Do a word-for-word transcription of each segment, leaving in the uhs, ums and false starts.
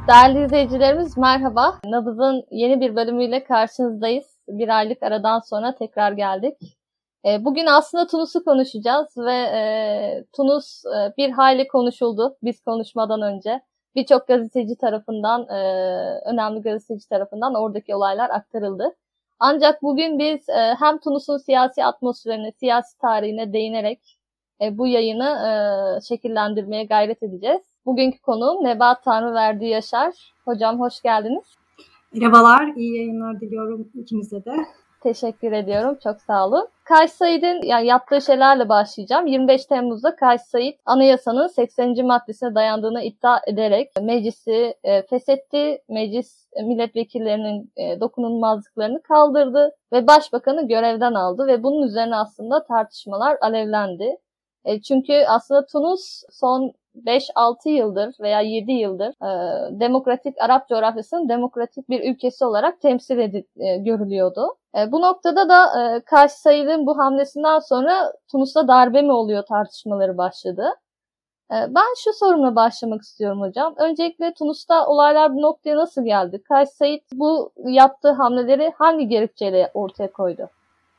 Değerli izleyicilerimiz merhaba. Nabız'ın yeni bir bölümüyle karşınızdayız. Bir aylık aradan sonra tekrar geldik. Bugün aslında Tunus'u konuşacağız ve Tunus bir hayli konuşuldu biz konuşmadan önce. Birçok gazeteci tarafından, önemli gazeteci tarafından oradaki olaylar aktarıldı. Ancak bugün biz hem Tunus'un siyasi atmosferine, siyasi tarihine değinerek bu yayını şekillendirmeye gayret edeceğiz. Bugünkü konuğum Nebahat Tanrıverdi Yaşar. Hocam hoş geldiniz. Merhabalar, iyi yayınlar diliyorum ikinize de. Teşekkür ediyorum, çok sağ olun. Kays Said'in yani yaptığı şeylerle başlayacağım. yirmi beş Temmuz'da Kays Said anayasanın sekseninci maddesine dayandığını iddia ederek meclisi e, feshetti. Meclis milletvekillerinin e, dokunulmazlıklarını kaldırdı ve başbakanı görevden aldı ve bunun üzerine aslında tartışmalar alevlendi. E, çünkü aslında Tunus son beş altı yıldır veya yedi yıldır e, demokratik Arap coğrafyasının demokratik bir ülkesi olarak temsil edip e, görülüyordu. E, bu noktada da e, Kays Said'in bu hamlesinden sonra Tunus'ta darbe mi oluyor tartışmaları başladı. E, ben şu sorumla başlamak istiyorum hocam. Öncelikle Tunus'ta olaylar bu noktaya nasıl geldi? Kays Said bu yaptığı hamleleri hangi gerekçeyle ortaya koydu?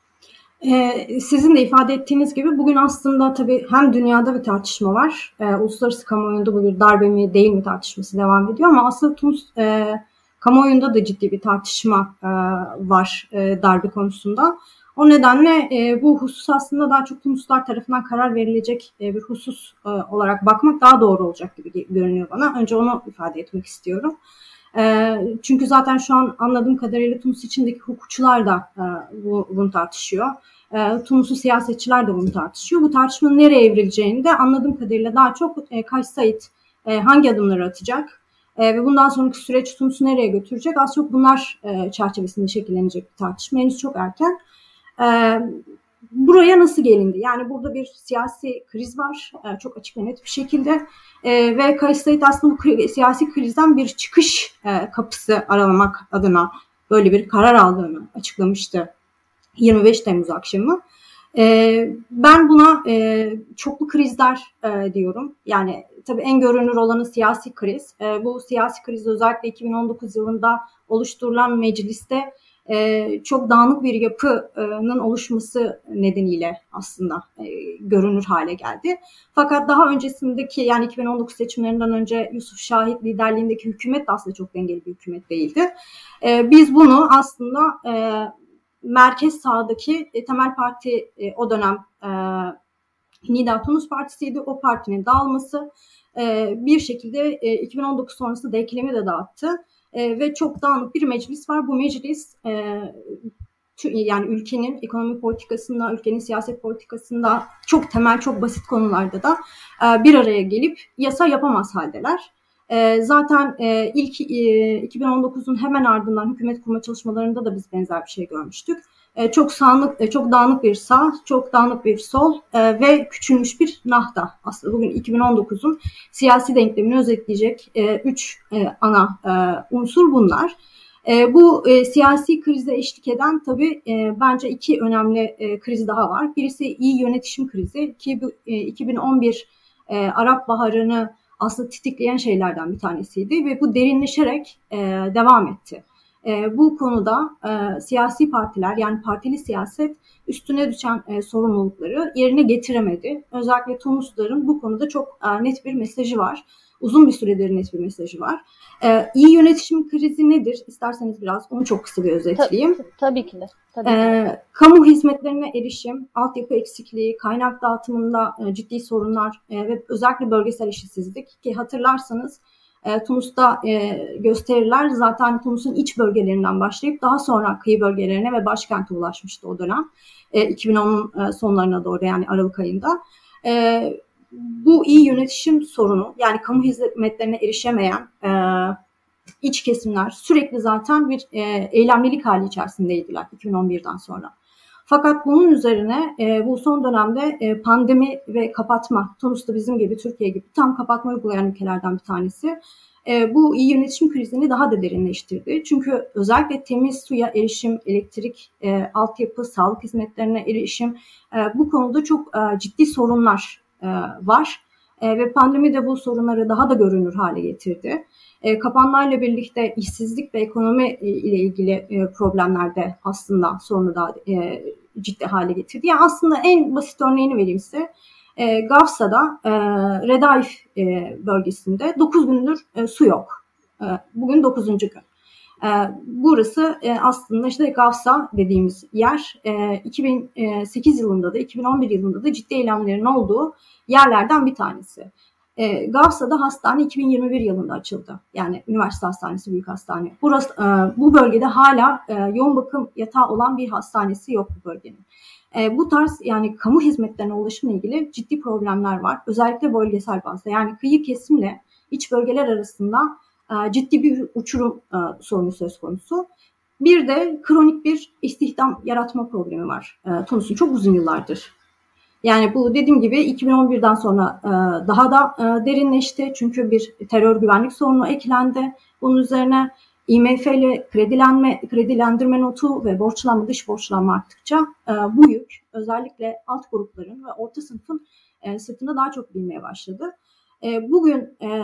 Ee, sizin de ifade ettiğiniz gibi bugün aslında tabii hem dünyada bir tartışma var. Ee, uluslararası kamuoyunda bu bir darbe mi değil mi tartışması devam ediyor ama aslında Tunus e, kamuoyunda da ciddi bir tartışma e, var e, darbe konusunda. O nedenle e, bu husus aslında daha çok Tunuslar tarafından karar verilecek e, bir husus e, olarak bakmak daha doğru olacak gibi görünüyor bana. Önce onu ifade etmek istiyorum. E, çünkü zaten şu an anladığım kadarıyla Tunus içindeki hukukçular da e, bu, bunu tartışıyor. E, Tunuslu siyasetçiler de bunu tartışıyor. Bu tartışmanın nereye evrileceğini de anladığım kadarıyla daha çok e, Kays Said e, hangi adımları atacak e, ve bundan sonraki süreç Tunus'u nereye götürecek? Az çok bunlar e, çerçevesinde şekillenecek bir tartışma. Henüz çok erken. E, buraya nasıl gelindi? Yani burada bir siyasi kriz var. E, çok açık ve net bir şekilde. E, ve Kays Said aslında bu siyasi krizden bir çıkış e, kapısı aralamak adına böyle bir karar aldığını açıklamıştı yirmi beş Temmuz akşamı. E, ben buna e, çoklu krizler e, diyorum. Yani tabii en görünür olanı siyasi kriz. E, bu siyasi kriz özellikle iki bin on dokuz yılında oluşturulan mecliste e, çok dağınık bir yapının oluşması nedeniyle aslında e, görünür hale geldi. Fakat daha öncesindeki yani iki bin on dokuz seçimlerinden önce Yusuf Şahit liderliğindeki hükümet de aslında çok dengeli bir hükümet değildi. E, biz bunu aslında e, merkez sağdaki e, temel parti e, o dönem e, Nida Tunus Partisi'ydi. O partinin dağılması e, bir şekilde e, iki bin on dokuz sonrası denklemi de dağıttı. E, ve çok dağınık bir meclis var. Bu meclis e, yani ülkenin ekonomi politikasında, ülkenin siyaset politikasında çok temel, çok basit konularda da e, bir araya gelip yasa yapamaz haldeler. E, zaten e, ilk e, iki bin on dokuzun hemen ardından hükümet kurma çalışmalarında da biz benzer bir şey görmüştük. E, çok sağlık, e, çok dağınık bir sağ, çok dağınık bir sol e, ve küçülmüş bir nahta. Aslında bugün iki bin on dokuzun siyasi denklemini özetleyecek e, üç e, ana e, unsur bunlar. E, bu e, siyasi krize eşlik eden tabii e, bence iki önemli e, kriz daha var. Birisi iyi yönetişim krizi ki bu e, iki bin on bir e, Arap Baharı'nı aslında tetikleyen şeylerden bir tanesiydi ve bu derinleşerek e, devam etti. E, bu konuda e, siyasi partiler yani partili siyaset üstüne düşen e, sorumlulukları yerine getiremedi. Özellikle Tunusluların bu konuda çok e, net bir mesajı var. Uzun bir süredir net bir mesajı var. E, iyi yönetişim krizi nedir? İsterseniz biraz onu çok kısa bir özetleyeyim. Tabii, tabii ki de. Tabii ki E, de. kamu hizmetlerine erişim, altyapı eksikliği, kaynak dağıtımında e, ciddi sorunlar e, ve özellikle bölgesel eşitsizlik ki hatırlarsanız E, Tunus'ta e, gösteriler zaten Tunus'un iç bölgelerinden başlayıp daha sonra kıyı bölgelerine ve başkente ulaşmıştı o dönem. E, iki bin onun e, sonlarına doğru yani Aralık ayında. E, bu iyi yönetişim sorunu yani kamu hizmetlerine erişemeyen e, iç kesimler sürekli zaten bir e, eylemlilik hali içerisindeydiler iki bin on birden sonra. Fakat bunun üzerine e, bu son dönemde e, pandemi ve kapatma, Tunus'ta bizim gibi, Türkiye gibi tam kapatma uygulayan ülkelerden bir tanesi. E, bu iyi yönetişim krizini daha da derinleştirdi. Çünkü özellikle temiz suya erişim, elektrik, e, altyapı, sağlık hizmetlerine erişim e, bu konuda çok e, ciddi sorunlar e, var. E, ve pandemi de bu sorunları daha da görünür hale getirdi. E, kapanmayla birlikte işsizlik ve ekonomi e, ile ilgili e, problemler de aslında sorunu daha e, ciddi hale getirdi. Yani aslında en basit örneğini vereyim size. E, Gafsa'da, e, Redaif e, bölgesinde dokuz gündür e, su yok. E, bugün dokuzuncu gün. E, burası e, aslında işte Gafsa dediğimiz yer e, iki bin sekiz yılında da iki bin on bir yılında da ciddi eylemlerin olduğu yerlerden bir tanesi. E, Gafsa'da hastane iki bin yirmi bir yılında açıldı. Yani üniversite hastanesi, büyük hastane. Burası, e, bu bölgede hala e, yoğun bakım yatağı olan bir hastanesi yok bu bölgenin. E, bu tarz yani kamu hizmetlerine ulaşımla ilgili ciddi problemler var. Özellikle bölgesel bazda. Yani kıyı kesimle iç bölgeler arasında e, ciddi bir uçurum e, sorunu söz konusu. Bir de kronik bir istihdam yaratma problemi var e, Tunus'un çok uzun yıllardır. Yani bu dediğim gibi iki bin on birden sonra e, daha da e, derinleşti. Çünkü bir terör güvenlik sorunu eklendi. Bunun üzerine I M F ile kredilenme, kredilendirme notu ve borçlanma, dış borçlanma arttıkça e, bu yük özellikle alt grupların ve orta sınıfın e, sırtına daha çok binmeye başladı. E, bugün e,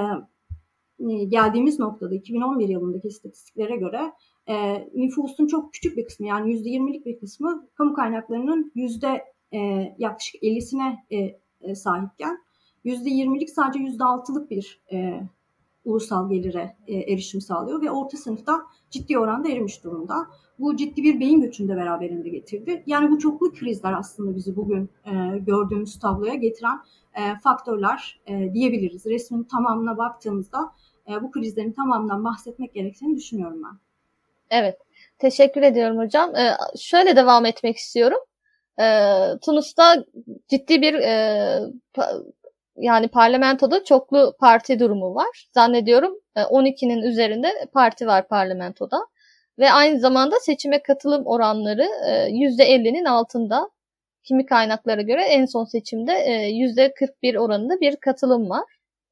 geldiğimiz noktada iki bin on bir yılındaki istatistiklere göre e, nüfusun çok küçük bir kısmı, yani yüzde yirmilik bir kısmı kamu kaynaklarının yüzde e, yaklaşık ellisine e, e, sahipken yüzde yirmilik sadece yüzde altılık bir e, ulusal gelire e, erişim sağlıyor ve orta sınıfta ciddi oranda erimiş durumda. Bu ciddi bir beyin göçünü de beraberinde getirdi. Yani bu çoklu krizler aslında bizi bugün e, gördüğümüz tabloya getiren e, faktörler e, diyebiliriz. Resmin tamamına baktığımızda e, bu krizlerin tamamından bahsetmek gerektiğini düşünüyorum ben. Evet, teşekkür ediyorum hocam. Ee, şöyle devam etmek istiyorum. Ee, Tunus'ta ciddi bir e, pa- yani parlamentoda çoklu parti durumu var. Zannediyorum on ikinin üzerinde parti var parlamentoda. Ve aynı zamanda seçime katılım oranları yüzde ellinin altında. Kimi kaynaklara göre en son seçimde yüzde kırk bir oranında bir katılım var.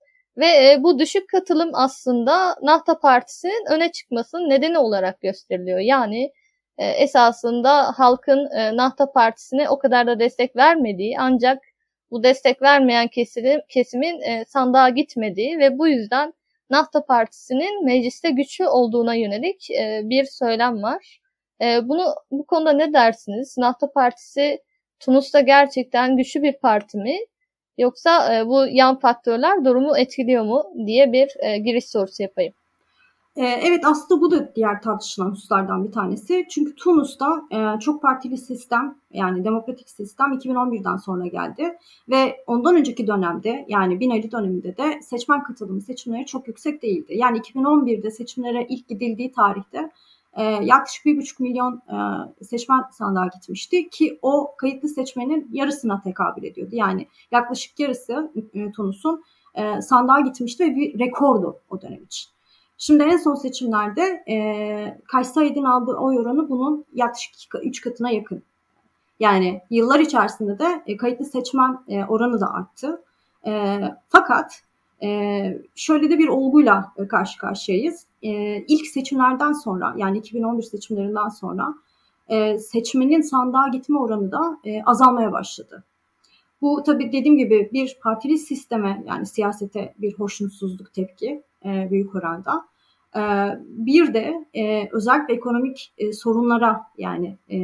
Ve bu düşük katılım aslında Nahda Partisi'nin öne çıkmasının nedeni olarak gösteriliyor. Yani esasında halkın Nahda Partisi'ne o kadar da destek vermediği, ancak bu destek vermeyen kesimin, kesimin e, sandığa gitmediği ve bu yüzden Nahda Partisi'nin mecliste güçlü olduğuna yönelik e, bir söylem var. E, bunu bu konuda ne dersiniz? Nahda Partisi Tunus'ta gerçekten güçlü bir parti mi? Yoksa e, bu yan faktörler durumu etkiliyor mu diye bir e, giriş sorusu yapayım. Evet, aslında bu da diğer tartışılan hususlardan bir tanesi. Çünkü Tunus'ta çok partili sistem, yani demokratik sistem iki bin on birden sonra geldi. Ve ondan önceki dönemde, yani Binali döneminde de seçmen katılımı seçimleri çok yüksek değildi. Yani iki bin on birde seçimlere ilk gidildiği tarihte yaklaşık bir buçuk milyon seçmen sandığa gitmişti ki o kayıtlı seçmenin yarısına tekabül ediyordu. Yani yaklaşık yarısı Tunus'un sandığa gitmişti ve bir rekordu o dönem için. Şimdi en son seçimlerde e, Kays Said'in aldığı oy oranı bunun yaklaşık üç katına yakın. Yani yıllar içerisinde de e, kayıtlı seçmen e, oranı da arttı. E, fakat e, şöyle de bir olguyla e, karşı karşıyayız. E, ilk seçimlerden sonra, yani iki bin on bir seçimlerinden sonra e, seçmenin sandığa gitme oranı da e, azalmaya başladı. Bu tabii dediğim gibi bir partili sisteme, yani siyasete bir hoşnutsuzluk tepki e, büyük oranda. E, bir de e, özellikle ekonomik e, sorunlara, yani e,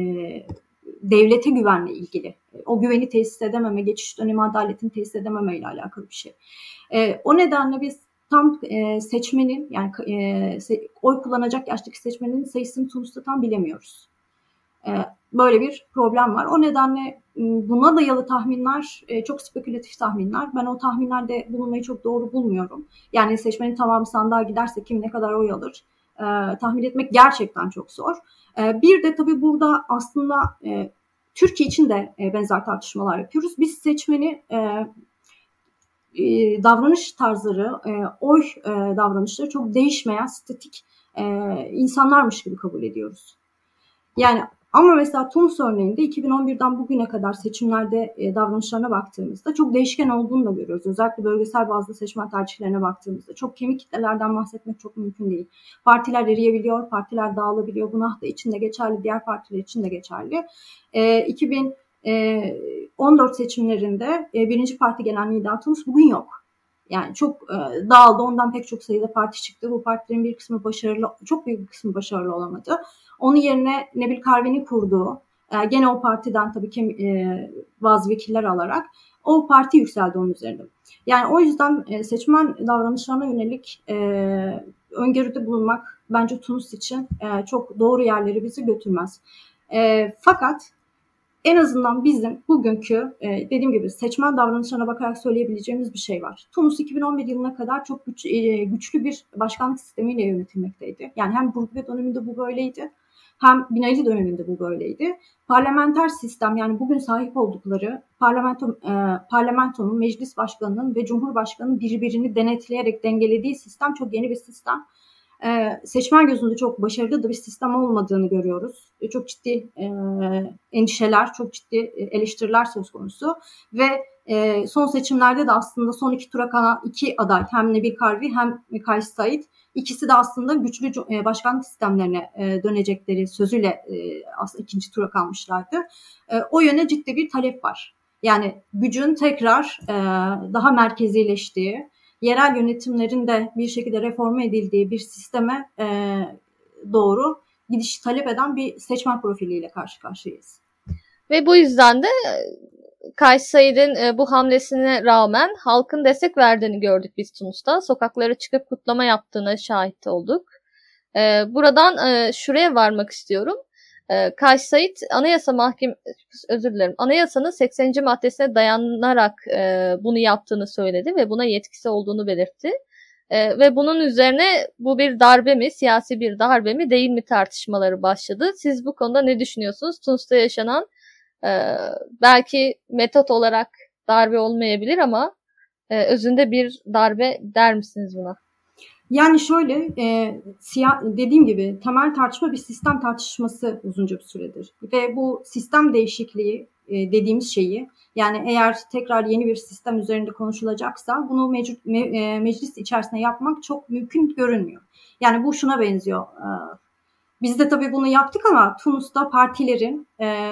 devlete güvenle ilgili, o güveni tesis edememe, geçiş dönemi adaletini tesis edememe ile alakalı bir şey. E, o nedenle biz tam e, seçmenin, yani e, se, oy kullanacak yaştaki seçmenin sayısını Tunus'ta tam bilemiyoruz. E, böyle bir problem var. O nedenle buna dayalı tahminler e, çok spekülatif tahminler. Ben o tahminlerde bulunmayı çok doğru bulmuyorum. Yani seçmenin tamamı sandığa giderse kim ne kadar oy alır e, tahmin etmek gerçekten çok zor. E, bir de tabii burada aslında e, Türkiye için de e, benzer tartışmalar yapıyoruz. Biz seçmeni e, e, davranış tarzları, e, oy e, davranışları çok değişmeyen, statik e, insanlarmış gibi kabul ediyoruz. Yani ama mesela Tunus örneğinde iki bin on birden bugüne kadar seçimlerde e, davranışlarına baktığımızda çok değişken olduğunu da görüyoruz. Özellikle bölgesel bazda seçmen tercihlerine baktığımızda çok kemik kitlelerden bahsetmek çok mümkün değil. Partiler eriyebiliyor, partiler dağılabiliyor. Bu Nahda için de geçerli, diğer partiler için de geçerli. E, iki bin on dört seçimlerinde e, birinci parti genel lider Tunus bugün yok. Yani çok e, dağıldı. Ondan pek çok sayıda parti çıktı. Bu partilerin bir kısmı başarılı, çok büyük bir kısmı başarılı olamadı. Onun yerine Nebil Karvi'nin kurduğu, e, gene o partiden tabii ki e, bazı vekiller alarak o parti yükseldi onun üzerinde. Yani o yüzden e, seçmen davranışlarına yönelik e, öngörüde bulunmak bence Tunus için e, çok doğru yerlere bizi götürmez. E, fakat en azından bizim bugünkü e, dediğim gibi seçmen davranışlarına bakarak söyleyebileceğimiz bir şey var. Tunus iki bin on bir yılına kadar çok güç, e, güçlü bir başkanlık sistemiyle yönetilmekteydi. Yani hem Bourguiba döneminde bu böyleydi, hem Bin Ali döneminde bu böyleydi. Parlamenter sistem, yani bugün sahip oldukları parlamento, e, parlamentonun, meclis başkanının ve cumhurbaşkanının birbirini denetleyerek dengelediği sistem çok yeni bir sistem. Ee, seçmen gözünde çok başarılı da bir sistem olmadığını görüyoruz. E, çok ciddi e, endişeler, çok ciddi eleştiriler söz konusu ve e, son seçimlerde de aslında son iki tura kalan iki aday, hem Nebil Karvi hem Kais Saied, ikisi de aslında güçlü e, başkanlık sistemlerine e, dönecekleri sözüyle e, aslında ikinci tura kalmışlardı. E, o yöne ciddi bir talep var. Yani gücün tekrar e, daha merkezileştiği, yerel yönetimlerin de bir şekilde reforme edildiği bir sisteme e, doğru gidiş talep eden bir seçmen profiliyle karşı karşıyayız. Ve bu yüzden de Kais Saied'in bu hamlesine rağmen halkın destek verdiğini gördük biz Tunus'ta. Sokaklara çıkıp kutlama yaptığına şahit olduk. Buradan şuraya varmak istiyorum. Kais Saied Anayasa Mahkemesi, özür dilerim, Anayasanın sekseninci maddesine dayanarak bunu yaptığını söyledi ve buna yetkisi olduğunu belirtti. Ve bunun üzerine bu bir darbe mi, siyasi bir darbe mi değil mi tartışmaları başladı. Siz bu konuda ne düşünüyorsunuz? Tunus'ta yaşanan belki metot olarak darbe olmayabilir ama özünde bir darbe der misiniz buna? Yani şöyle, e, siya, dediğim gibi temel tartışma bir sistem tartışması uzunca bir süredir. Ve bu sistem değişikliği e, dediğimiz şeyi, yani eğer tekrar yeni bir sistem üzerinde konuşulacaksa bunu mevcut, me, e, meclis içerisinde yapmak çok mümkün görünmüyor. Yani bu şuna benziyor. E, biz de tabii bunu yaptık ama Tunus'ta partilerin e,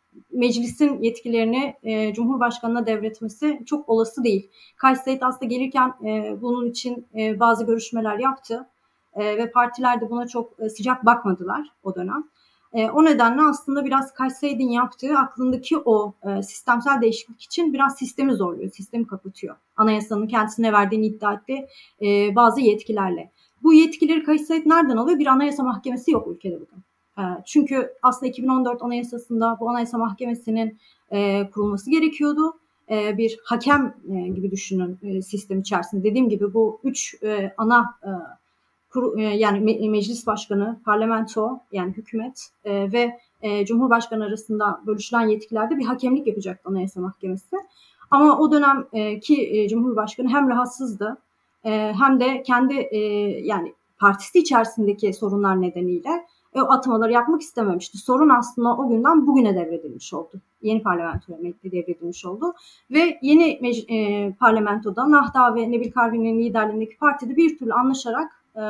meclisin yetkilerini e, Cumhurbaşkanı'na devretmesi çok olası değil. Kais Saied aslında gelirken e, bunun için e, bazı görüşmeler yaptı e, ve partiler de buna çok e, sıcak bakmadılar o dönem. E, o nedenle aslında biraz Kais Saied'in yaptığı aklındaki o e, sistemsel değişiklik için biraz sistemi zorluyor, sistemi kapatıyor. Anayasanın kendisine verdiğini iddia etti e, bazı yetkilerle. Bu yetkileri Kais Saied nereden alıyor? Bir anayasa mahkemesi yok ülkede bugün. Çünkü aslında iki bin on dört Anayasası'nda bu Anayasa Mahkemesi'nin e, kurulması gerekiyordu. E, bir hakem e, gibi düşünün e, sistem içerisinde. Dediğim gibi bu üç e, ana e, kur, e, yani me- meclis başkanı, parlamento yani hükümet e, ve e, Cumhurbaşkanı arasında bölüşülen yetkilerde bir hakemlik yapacaktı Anayasa Mahkemesi. Ama o dönemki e, Cumhurbaşkanı hem rahatsızdı e, hem de kendi e, yani partisi içerisindeki sorunlar nedeniyle o atamaları yapmak istememişti. Sorun aslında o günden bugüne devredilmiş oldu. Yeni parlamentoya devredilmiş oldu. Ve yeni e, parlamentoda Nahda ve Nebil Karvi'nin liderliğindeki partide bir türlü anlaşarak e,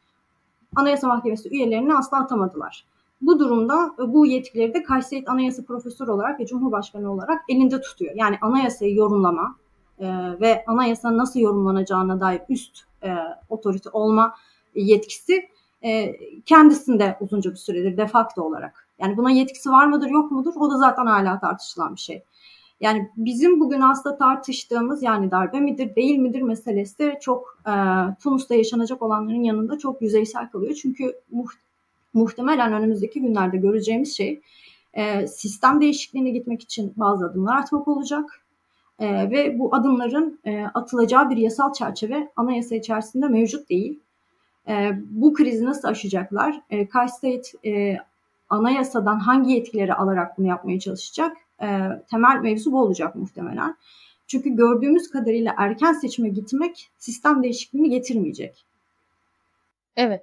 Anayasa Mahkemesi üyelerini asla atamadılar. Bu durumda bu yetkileri de Kais Saied anayasa profesörü olarak ve Cumhurbaşkanı olarak elinde tutuyor. Yani anayasayı yorumlama e, ve anayasa nasıl yorumlanacağına dair üst e, otorite olma yetkisi E, kendisinde uzunca bir süredir de facto olarak. Yani buna yetkisi var mıdır yok mudur o da zaten hala tartışılan bir şey. Yani bizim bugün aslında tartıştığımız yani darbe midir değil midir meselesi çok e, Tunus'ta yaşanacak olanların yanında çok yüzeysel kalıyor. Çünkü muht- muhtemelen önümüzdeki günlerde göreceğimiz şey e, sistem değişikliğine gitmek için bazı adımlar atmak olacak. E, ve bu adımların e, atılacağı bir yasal çerçeve anayasa içerisinde mevcut değil. E, bu krizi nasıl aşacaklar? E, Kais Saied e, anayasadan hangi yetkileri alarak bunu yapmaya çalışacak? E, temel mevzu bu olacak muhtemelen. Çünkü gördüğümüz kadarıyla erken seçime gitmek sistem değişikliğini getirmeyecek. Evet.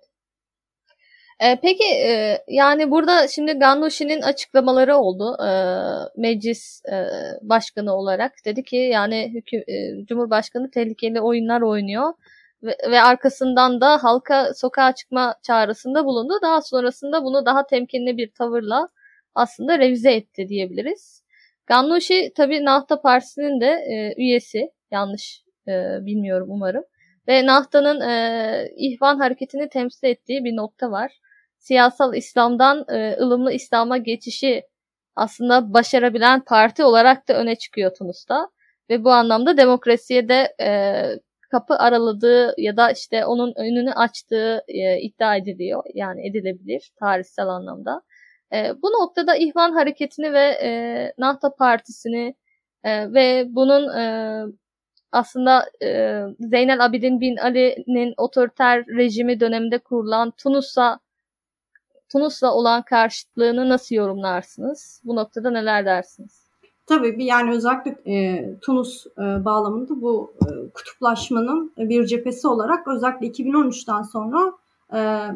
E, peki e, yani burada şimdi Ghannouchi'nin açıklamaları oldu. E, meclis e, başkanı olarak dedi ki yani hükü, e, Cumhurbaşkanı tehlikeli oyunlar oynuyor. Ve, ve arkasından da halka sokağa çıkma çağrısında bulundu. Daha sonrasında bunu daha temkinli bir tavırla aslında revize etti diyebiliriz. Ghannouchi tabii Nahda Partisi'nin de e, üyesi yanlış e, bilmiyorum umarım. Ve Nahda'nın e, İhvan hareketini temsil ettiği bir nokta var. Siyasal İslam'dan e, ılımlı İslam'a geçişi aslında başarabilen parti olarak da öne çıkıyor Tunus'ta. Ve bu anlamda demokrasiye de e, kapı araladığı ya da işte onun önünü açtığı e, iddia ediliyor. Yani edilebilir tarihsel anlamda. E, bu noktada İhvan hareketini ve e, Nahda Partisi'ni e, ve bunun e, aslında e, Zeynel Abidin bin Ali'nin otoriter rejimi döneminde kurulan Tunus'a Tunus'la olan karşıtlığını nasıl yorumlarsınız? Bu noktada neler dersiniz? Tabii bir yani özellikle e, Tunus e, bağlamında bu e, kutuplaşmanın bir cephesi olarak özellikle iki bin on üçten sonra e,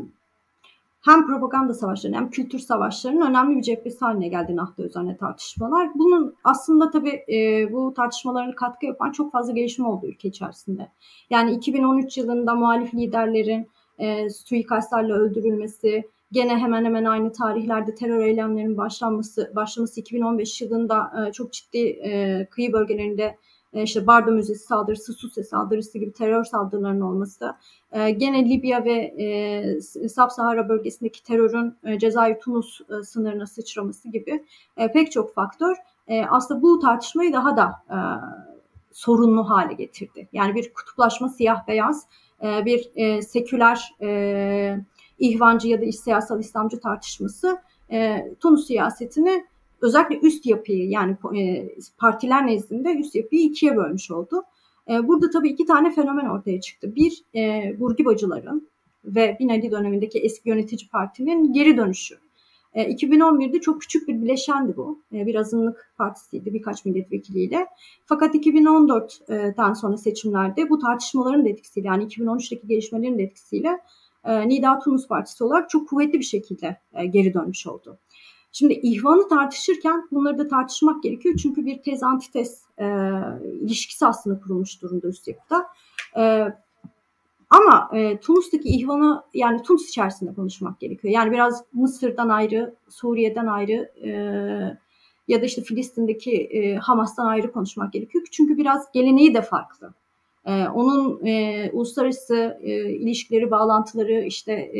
hem propaganda savaşlarının hem kültür savaşlarının önemli bir cephesi haline geldi Nahda üzerine tartışmalar. Bunun aslında tabii e, bu tartışmaların katkı yapan çok fazla gelişme oldu ülke içerisinde. Yani iki bin on üç yılında muhalif liderlerin e, suikastlarla öldürülmesi, gene hemen hemen aynı tarihlerde terör eylemlerinin başlanması, başlaması iki bin on beş yılında e, çok ciddi e, kıyı bölgelerinde e, işte Bardo Müzesi saldırısı, Suse saldırısı gibi terör saldırılarının olması, e, gene Libya ve e, Sub-Sahara bölgesindeki terörün e, Cezayir-Tunus e, sınırına sıçraması gibi e, pek çok faktör e, aslında bu tartışmayı daha da e, sorunlu hale getirdi. Yani bir kutuplaşma siyah beyaz, e, bir e, seküler e, İhvancı ya da siyasal İslamcı tartışması e, Tunus siyasetini özellikle üst yapıyı yani e, partiler nezdinde üst yapıyı ikiye bölmüş oldu. E, burada tabii iki tane fenomen ortaya çıktı. Bir, e, Burgibacıların ve Bin Ali dönemindeki eski yönetici partinin geri dönüşü. E, iki bin on birde çok küçük bir bileşendi bu. E, bir azınlık partisiydi birkaç milletvekiliyle. Fakat iki bin on dörtten sonra seçimlerde bu tartışmaların da etkisiyle yani iki bin on üçteki gelişmelerin de etkisiyle e, Nida Tunus Partisi olarak çok kuvvetli bir şekilde e, geri dönmüş oldu. Şimdi ihvanı tartışırken bunları da tartışmak gerekiyor. Çünkü bir tez antites e, ilişkisi aslında kurulmuş durumda üst yapıda. E, ama e, Tunus'taki ihvanı yani Tunus içerisinde konuşmak gerekiyor. Yani biraz Mısır'dan ayrı, Suriye'den ayrı e, ya da işte Filistin'deki e, Hamas'tan ayrı konuşmak gerekiyor. Çünkü biraz geleneği de farklı. E, onun e, uluslararası e, ilişkileri, bağlantıları işte e,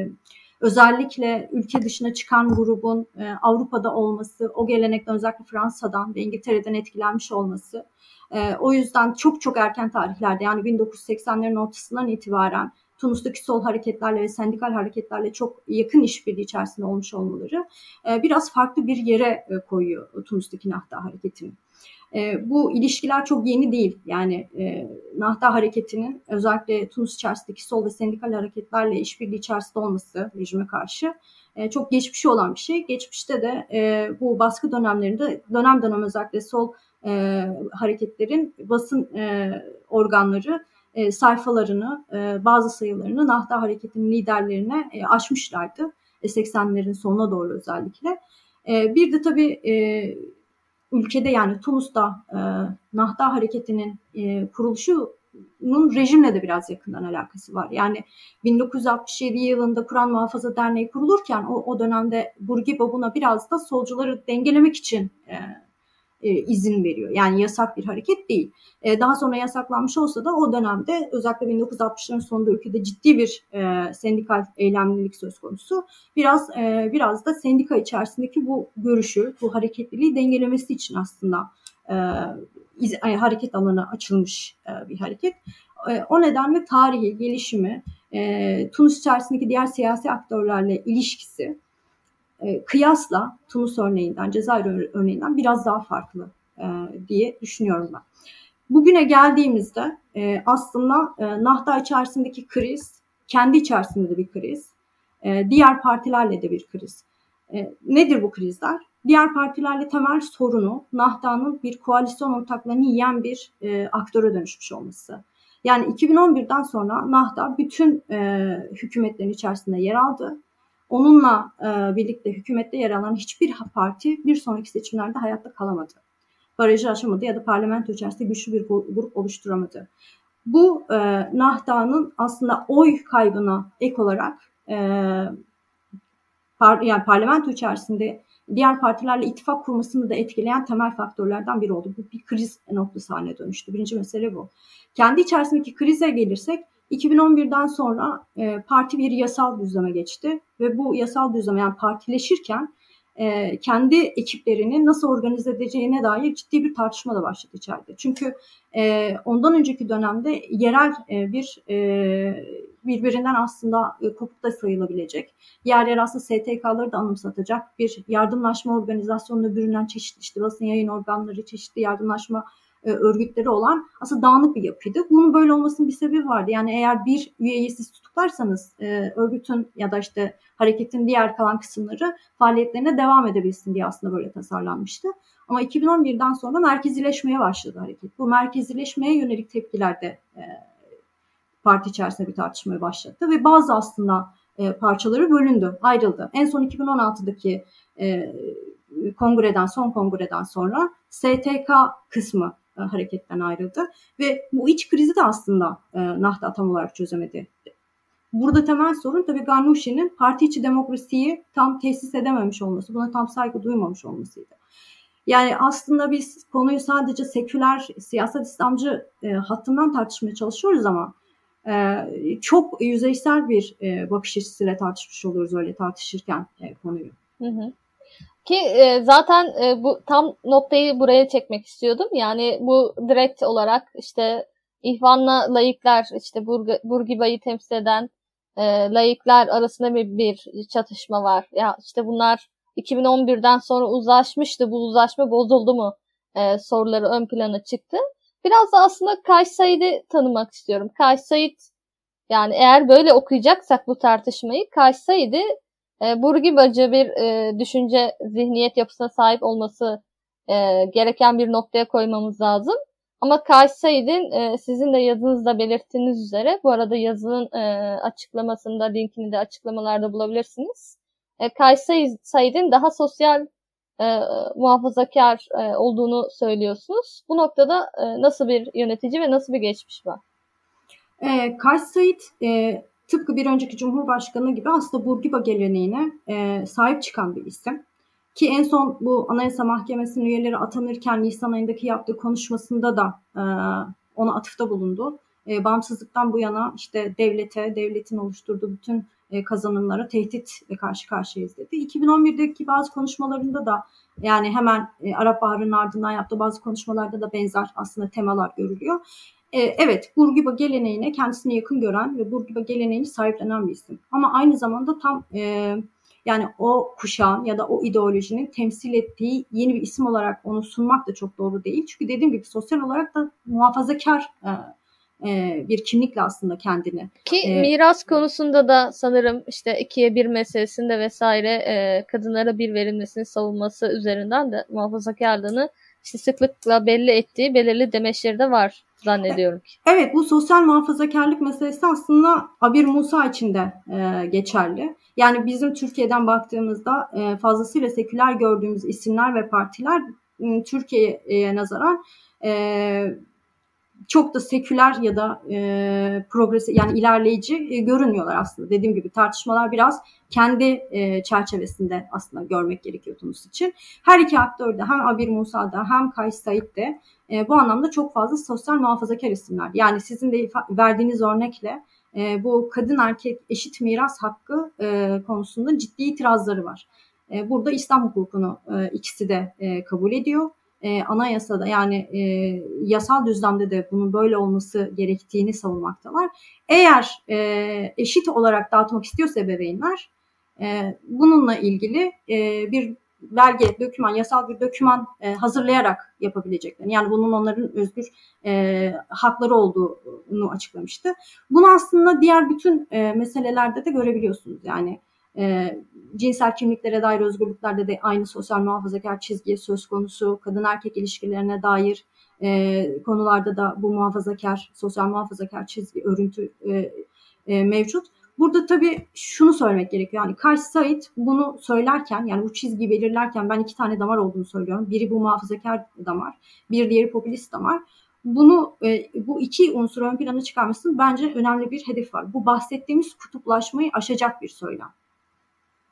özellikle ülke dışına çıkan grubun e, Avrupa'da olması, o gelenekten özellikle Fransa'dan ve İngiltere'den etkilenmiş olması. E, o yüzden çok çok erken tarihlerde yani bin dokuz yüz seksenlerin ortasından itibaren Tunus'taki sol hareketlerle ve sendikal hareketlerle çok yakın işbirliği içerisinde olmuş olmaları e, biraz farklı bir yere e, koyuyor Tunus'taki Nahda hareketini. E, bu ilişkiler çok yeni değil. Yani e, Nahda hareketinin özellikle Tunus içerisindeki sol ve sendikal hareketlerle işbirliği içerisinde olması rejime karşı e, çok geçmişi olan bir şey. Geçmişte de e, bu baskı dönemlerinde dönem dönem özellikle sol e, hareketlerin basın e, organları e, sayfalarını, e, bazı sayılarını Nahda hareketinin liderlerine e, aşmışlardı. E, seksenlerin sonuna doğru özellikle. E, bir de tabii e, ülkede yani Tunus'ta e, Nahda hareketinin e, kuruluşunun rejimle de biraz yakından alakası var. Yani bin dokuz yüz altmış yedi yılında Kur'an Muhafaza Derneği kurulurken o, o dönemde Bourguiba buna biraz da solcuları dengelemek için e, e, izin veriyor. Yani yasak bir hareket değil. E, daha sonra yasaklanmış olsa da o dönemde özellikle bin dokuz yüz altmışların sonunda ülkede ciddi bir e, sendikal eylemlilik söz konusu. Biraz e, biraz da sendika içerisindeki bu görüşü, bu hareketliliği dengelemesi için aslında e, iz, e, hareket alanı açılmış e, bir hareket. E, o nedenle tarihi, gelişimi, e, Tunus içerisindeki diğer siyasi aktörlerle ilişkisi kıyasla Tunus örneğinden, Cezayir örneğinden biraz daha farklı e, diye düşünüyorum ben. Bugüne geldiğimizde e, aslında e, Nahda içerisindeki kriz, kendi içerisinde de bir kriz, e, diğer partilerle de bir kriz. E, nedir bu krizler? Diğer partilerle temel sorunu Nahda'nın bir koalisyon ortaklarını yiyen bir e, aktöre dönüşmüş olması. Yani iki bin on birden sonra Nahda bütün e, hükümetlerin içerisinde yer aldı. Onunla e, birlikte hükümette yer alan hiçbir parti bir sonraki seçimlerde hayatta kalamadı. Barajı aşamadı ya da parlamento içerisinde güçlü bir grup oluşturamadı. Bu e, Nahda'nın aslında oy kaybına ek olarak e, par, yani parlamento içerisinde diğer partilerle ittifak kurmasını da etkileyen temel faktörlerden biri oldu. Bu bir kriz noktası haline dönüştü. Birinci mesele bu. Kendi içerisindeki krize gelirsek, iki bin on birden sonra e, parti bir yasal düzleme geçti ve bu yasal düzleme, yani partileşirken e, kendi ekiplerini nasıl organize edeceğine dair ciddi bir tartışma da başladı içeride. Çünkü e, ondan önceki dönemde yerel e, bir e, birbirinden aslında e, kopukta sayılabilecek, yer yer aslında S T K'ları da anımsatacak bir yardımlaşma organizasyonuna bürünen çeşitli işte basın yayın organları, çeşitli yardımlaşma örgütleri olan aslında dağınık bir yapıydı. Bunun böyle olmasının bir sebebi vardı. Yani eğer bir üyeyi siz tutuklarsanız e, örgütün ya da işte hareketin diğer kalan kısımları faaliyetlerine devam edebilsin diye aslında böyle tasarlanmıştı. Ama iki bin on birden sonra merkezileşmeye başladı hareket. Bu merkezileşmeye yönelik tepkiler de e, parti içerisinde bir tartışmaya başladı ve bazı aslında e, parçaları bölündü, ayrıldı. En son iki bin on altıdaki e, kongreden, son kongreden sonra S T K kısmı e, hareketten ayrıldı ve bu iç krizi de aslında e, Nahda tam olarak çözemedi. Burada temel sorun tabii Ghannouchi'nin parti içi demokrasiyi tam tesis edememiş olması, buna tam saygı duymamış olmasıydı. Yani aslında biz konuyu sadece seküler, siyaset İslamcı e, hattından tartışmaya çalışıyoruz ama e, çok yüzeysel bir e, bakış açısıyla tartışmış oluyoruz öyle tartışırken e, konuyu. Hı hı. Ki e, zaten e, bu tam noktayı buraya çekmek istiyordum. Yani bu direkt olarak işte İhvan'la laikler, işte Burg- Burgiba'yı temsil eden e, laikler arasında bir, bir çatışma var. Ya işte bunlar iki bin on birden sonra uzlaşmıştı. Bu uzlaşma bozuldu mu? E, soruları ön plana çıktı. Biraz da aslında Kays Said'i tanımak istiyorum. Kays Said, yani eğer böyle okuyacaksak bu tartışmayı, Kays Said'i E, Burgibacı bir e, düşünce zihniyet yapısına sahip olması e, gereken bir noktaya koymamız lazım. Ama Kays Said'in e, sizin de yazınızda belirttiğiniz üzere, bu arada yazının e, açıklamasında, linkini de açıklamalarda bulabilirsiniz. E, Kays Said'in daha sosyal e, muhafazakar e, olduğunu söylüyorsunuz. Bu noktada e, nasıl bir yönetici ve nasıl bir geçmiş var? E, Kays Said e, tıpkı bir önceki Cumhurbaşkanı gibi aslında Burgiba geleneğine e, sahip çıkan bir isim. Ki en son bu Anayasa Mahkemesi'nin üyeleri atanırken Nisan ayındaki yaptığı konuşmasında da e, ona atıfta bulundu. E, bağımsızlıktan bu yana işte devlete, devletin oluşturduğu bütün e, kazanımlara tehditle karşı karşıyayız dedi. iki bin on birdeki bazı konuşmalarında da, yani hemen e, Arap Baharı'nın ardından yaptığı bazı konuşmalarda da benzer aslında temalar görülüyor. Evet, Burgiba geleneğine kendisini yakın gören ve Burgiba geleneğini sahiplenen bir isim. Ama aynı zamanda tam e, yani o kuşağın ya da o ideolojinin temsil ettiği yeni bir isim olarak onu sunmak da çok doğru değil. Çünkü dediğim gibi sosyal olarak da muhafazakar e, e, bir kimlikle aslında kendini. Ki e, miras konusunda da sanırım işte ikiye bir meselesinde vesaire e, kadınlara bir verilmesini savunması üzerinden de muhafazakarlığını işte sıklıkla belli ettiği belirli demeçleri de var zannediyorum ki. Evet, bu sosyal muhafazakarlık meselesi aslında Abir Musa için de e, geçerli. Yani bizim Türkiye'den baktığımızda e, fazlasıyla seküler gördüğümüz isimler ve partiler e, Türkiye'ye nazaran e, çok da seküler ya da e, progresif, yani ilerleyici e, görünmüyorlar aslında. Dediğim gibi tartışmalar biraz kendi e, çerçevesinde aslında görmek gerekiyor Tunus için. Her iki aktör de, hem Abir Musa'da hem Kays Said'de e, bu anlamda çok fazla sosyal muhafazakar isimler. Yani sizin de verdiğiniz örnekle e, bu kadın erkek eşit miras hakkı e, konusunda ciddi itirazları var. E, burada İslam hukukunu e, ikisi de e, kabul ediyor. E, anayasada, yani e, yasal düzlemde de bunun böyle olması gerektiğini savunmaktalar. Eğer e, eşit olarak dağıtmak istiyorsa ebeveynler, e, bununla ilgili e, bir belge, doküman, yasal bir doküman e, hazırlayarak yapabilecekler. Yani bunun onların özgür e, hakları olduğunu açıklamıştı. Bunu aslında diğer bütün e, meselelerde de görebiliyorsunuz. Yani E, cinsel kimliklere dair özgürlüklerde de aynı sosyal muhafazakar çizgi söz konusu. Kadın erkek ilişkilerine dair e, konularda da bu muhafazakar, sosyal muhafazakar çizgi, örüntü e, e, mevcut. Burada tabii şunu söylemek gerekiyor. Yani Kays Said bunu söylerken, yani bu çizgiyi belirlerken ben iki tane damar olduğunu söylüyorum. Biri bu muhafazakar damar, bir diğeri popülist damar. Bunu e, bu iki unsuru ön plana çıkarmasının bence önemli bir hedef var. Bu bahsettiğimiz kutuplaşmayı aşacak bir söylem.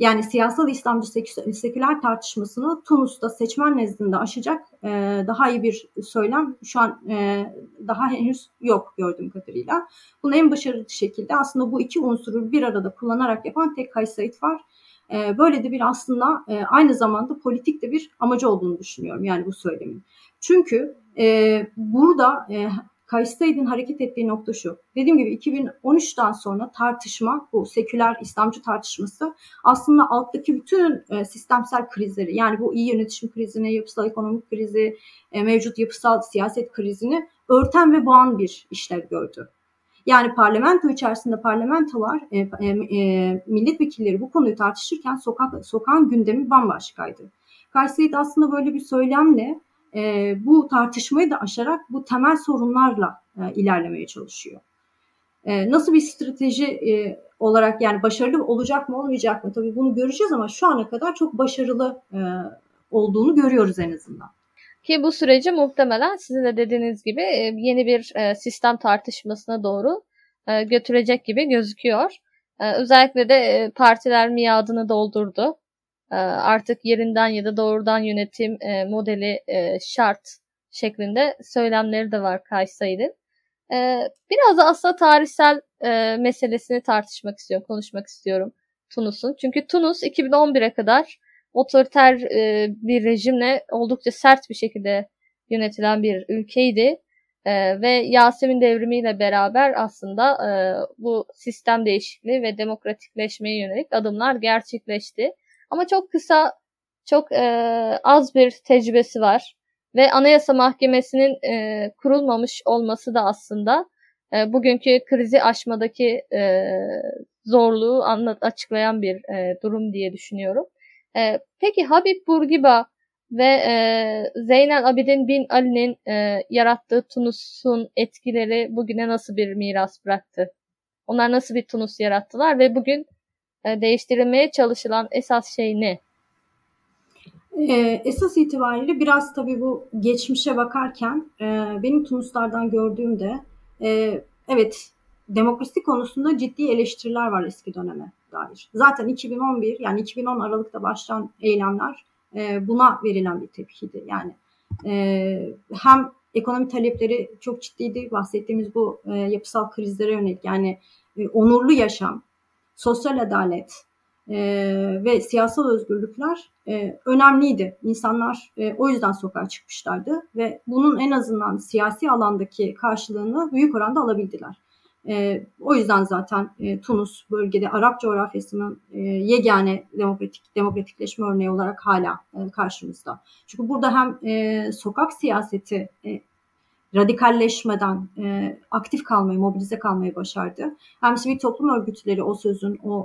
Yani siyasal İslamcı seküler tartışmasını Tunus'ta seçmen nezdinde aşacak e, daha iyi bir söylem şu an e, daha henüz yok gördüğüm kadarıyla. Bunu en başarılı şekilde aslında bu iki unsuru bir arada kullanarak yapan tek Kais Saied var. E, böyle de bir aslında e, aynı zamanda politik de bir amacı olduğunu düşünüyorum yani bu söylemin. Çünkü e, burada e, Kais Saied'in hareket ettiği nokta şu. Dediğim gibi iki bin on üçten sonra tartışma, bu seküler İslamcı tartışması aslında alttaki bütün e, sistemsel krizleri, yani bu iyi yönetişim krizini, yapısal ekonomik krizi, e, mevcut yapısal siyaset krizini örten ve boğan bir işlev gördü. Yani parlamento içerisinde parlamentolar, e, e, e, milletvekilleri bu konuyu tartışırken sokak, sokağın gündemi bambaşkaydı. Kais Saied aslında böyle bir söylemle e, bu tartışmayı da aşarak bu temel sorunlarla e, ilerlemeye çalışıyor. E, nasıl bir strateji e, olarak yani başarılı olacak mı olmayacak mı? Tabii bunu göreceğiz ama şu ana kadar çok başarılı e, olduğunu görüyoruz en azından. Ki bu süreci muhtemelen sizin de dediğiniz gibi yeni bir sistem tartışmasına doğru götürecek gibi gözüküyor. Özellikle de partiler miadını doldurdu. Artık yerinden ya da doğrudan yönetim modeli şart şeklinde söylemleri de var Kais Saied'in. Biraz da aslında tarihsel meselesini tartışmak istiyorum, konuşmak istiyorum Tunus'un. Çünkü Tunus iki bin on bire kadar otoriter e, bir rejimle oldukça sert bir şekilde yönetilen bir ülkeydi. E, ve Yasemin devrimiyle beraber aslında e, bu sistem değişikliği ve demokratikleşmeye yönelik adımlar gerçekleşti. Ama çok kısa, çok e, az bir tecrübesi var. Ve Anayasa Mahkemesi'nin e, kurulmamış olması da aslında e, bugünkü krizi aşmadaki e, zorluğu anlat, açıklayan bir e, durum diye düşünüyorum. Ee, peki Habib Bourguiba ve e, Zeynel Abidin Bin Ali'nin e, yarattığı Tunus'un etkileri bugüne nasıl bir miras bıraktı? Onlar nasıl bir Tunus yarattılar ve bugün e, değiştirilmeye çalışılan esas şey ne? Ee, esas itibariyle biraz tabii bu geçmişe bakarken e, benim Tunuslardan gördüğümde e, evet demokrasi konusunda ciddi eleştiriler var eski döneme dair. Zaten iki bin on bir yani iki bin on Aralık'ta başlayan eylemler e, buna verilen bir tepkiydi. Yani e, hem ekonomi talepleri çok ciddiydi, bahsettiğimiz bu e, yapısal krizlere yönelik yani e, onurlu yaşam, sosyal adalet e, ve siyasal özgürlükler e, önemliydi. İnsanlar e, o yüzden sokağa çıkmışlardı ve bunun en azından siyasi alandaki karşılığını büyük oranda alabildiler. E, o yüzden zaten e, Tunus bölgede Arap coğrafyasının e, yegane demokratik demokratikleşme örneği olarak hala e, karşımızda. Çünkü burada hem e, sokak siyaseti e, radikalleşmeden e, aktif kalmayı, mobilize kalmayı başardı. Hem sivil toplum örgütleri o sözün, o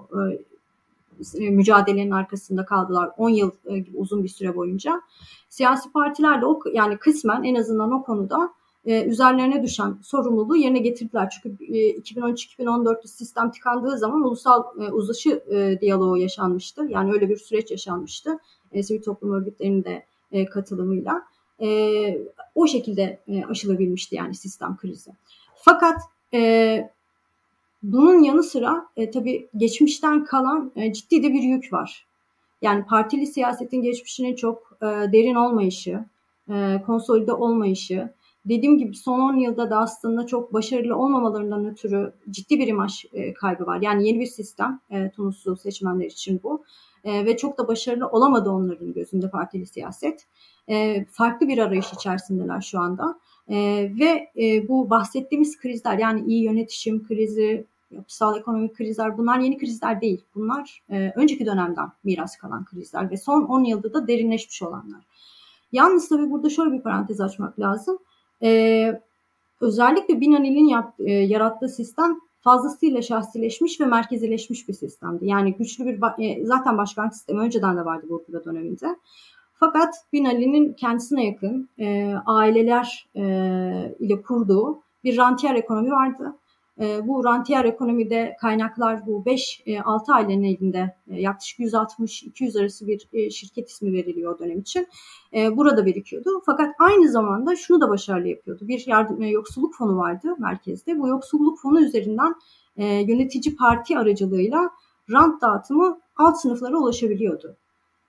e, mücadelenin arkasında kaldılar on yıl e, gibi uzun bir süre boyunca. Siyasi partiler de o, yani kısmen en azından o konuda e, üzerlerine düşen sorumluluğu yerine getirdiler. Çünkü e, iki bin on üç iki bin on dörtte sistem tıkandığı zaman ulusal e, uzlaşı e, diyaloğu yaşanmıştı. Yani öyle bir süreç yaşanmıştı. E, sivil toplum örgütlerinin de e, katılımıyla. E, o şekilde e, aşılabilmişti yani sistem krizi. Fakat e, bunun yanı sıra e, tabii geçmişten kalan e, ciddi de bir yük var. Yani partili siyasetin geçmişinin çok e, derin olmayışı, e, konsolide olmayışı, dediğim gibi son on yılda da aslında çok başarılı olmamalarından ötürü ciddi bir imaj e, kaybı var. Yani yeni bir sistem e, Tunuslu seçmenler için bu. E, ve çok da başarılı olamadı onların gözünde partili siyaset. E, farklı bir arayış içerisindeler şu anda. E, ve e, bu bahsettiğimiz krizler yani iyi yönetişim krizi, yapısal ekonomik krizler bunlar yeni krizler değil. Bunlar e, önceki dönemden miras kalan krizler ve son on yılda da derinleşmiş olanlar. Yalnız tabii burada şöyle bir parantez açmak lazım. E, özellikle Bin Ali'nin yap, e, yarattığı sistem fazlasıyla şahsileşmiş ve merkezileşmiş bir sistemdi. Yani güçlü bir e, zaten başkanlık sistemi önceden de vardı Bourguiba döneminde. Fakat Bin Ali'nin kendisine yakın e, aileler e, ile kurduğu bir rantiyer ekonomi vardı. E, bu rantiyer ekonomide kaynaklar bu beş altı ailenin elinde e, yaklaşık yüz altmış iki yüz arası bir e, şirket ismi veriliyor o dönem için. E, burada birikiyordu. Fakat aynı zamanda şunu da başarılı yapıyordu. Bir yardım e, yoksulluk fonu vardı merkezde. Bu yoksulluk fonu üzerinden e, yönetici parti aracılığıyla rant dağıtımı alt sınıflara ulaşabiliyordu.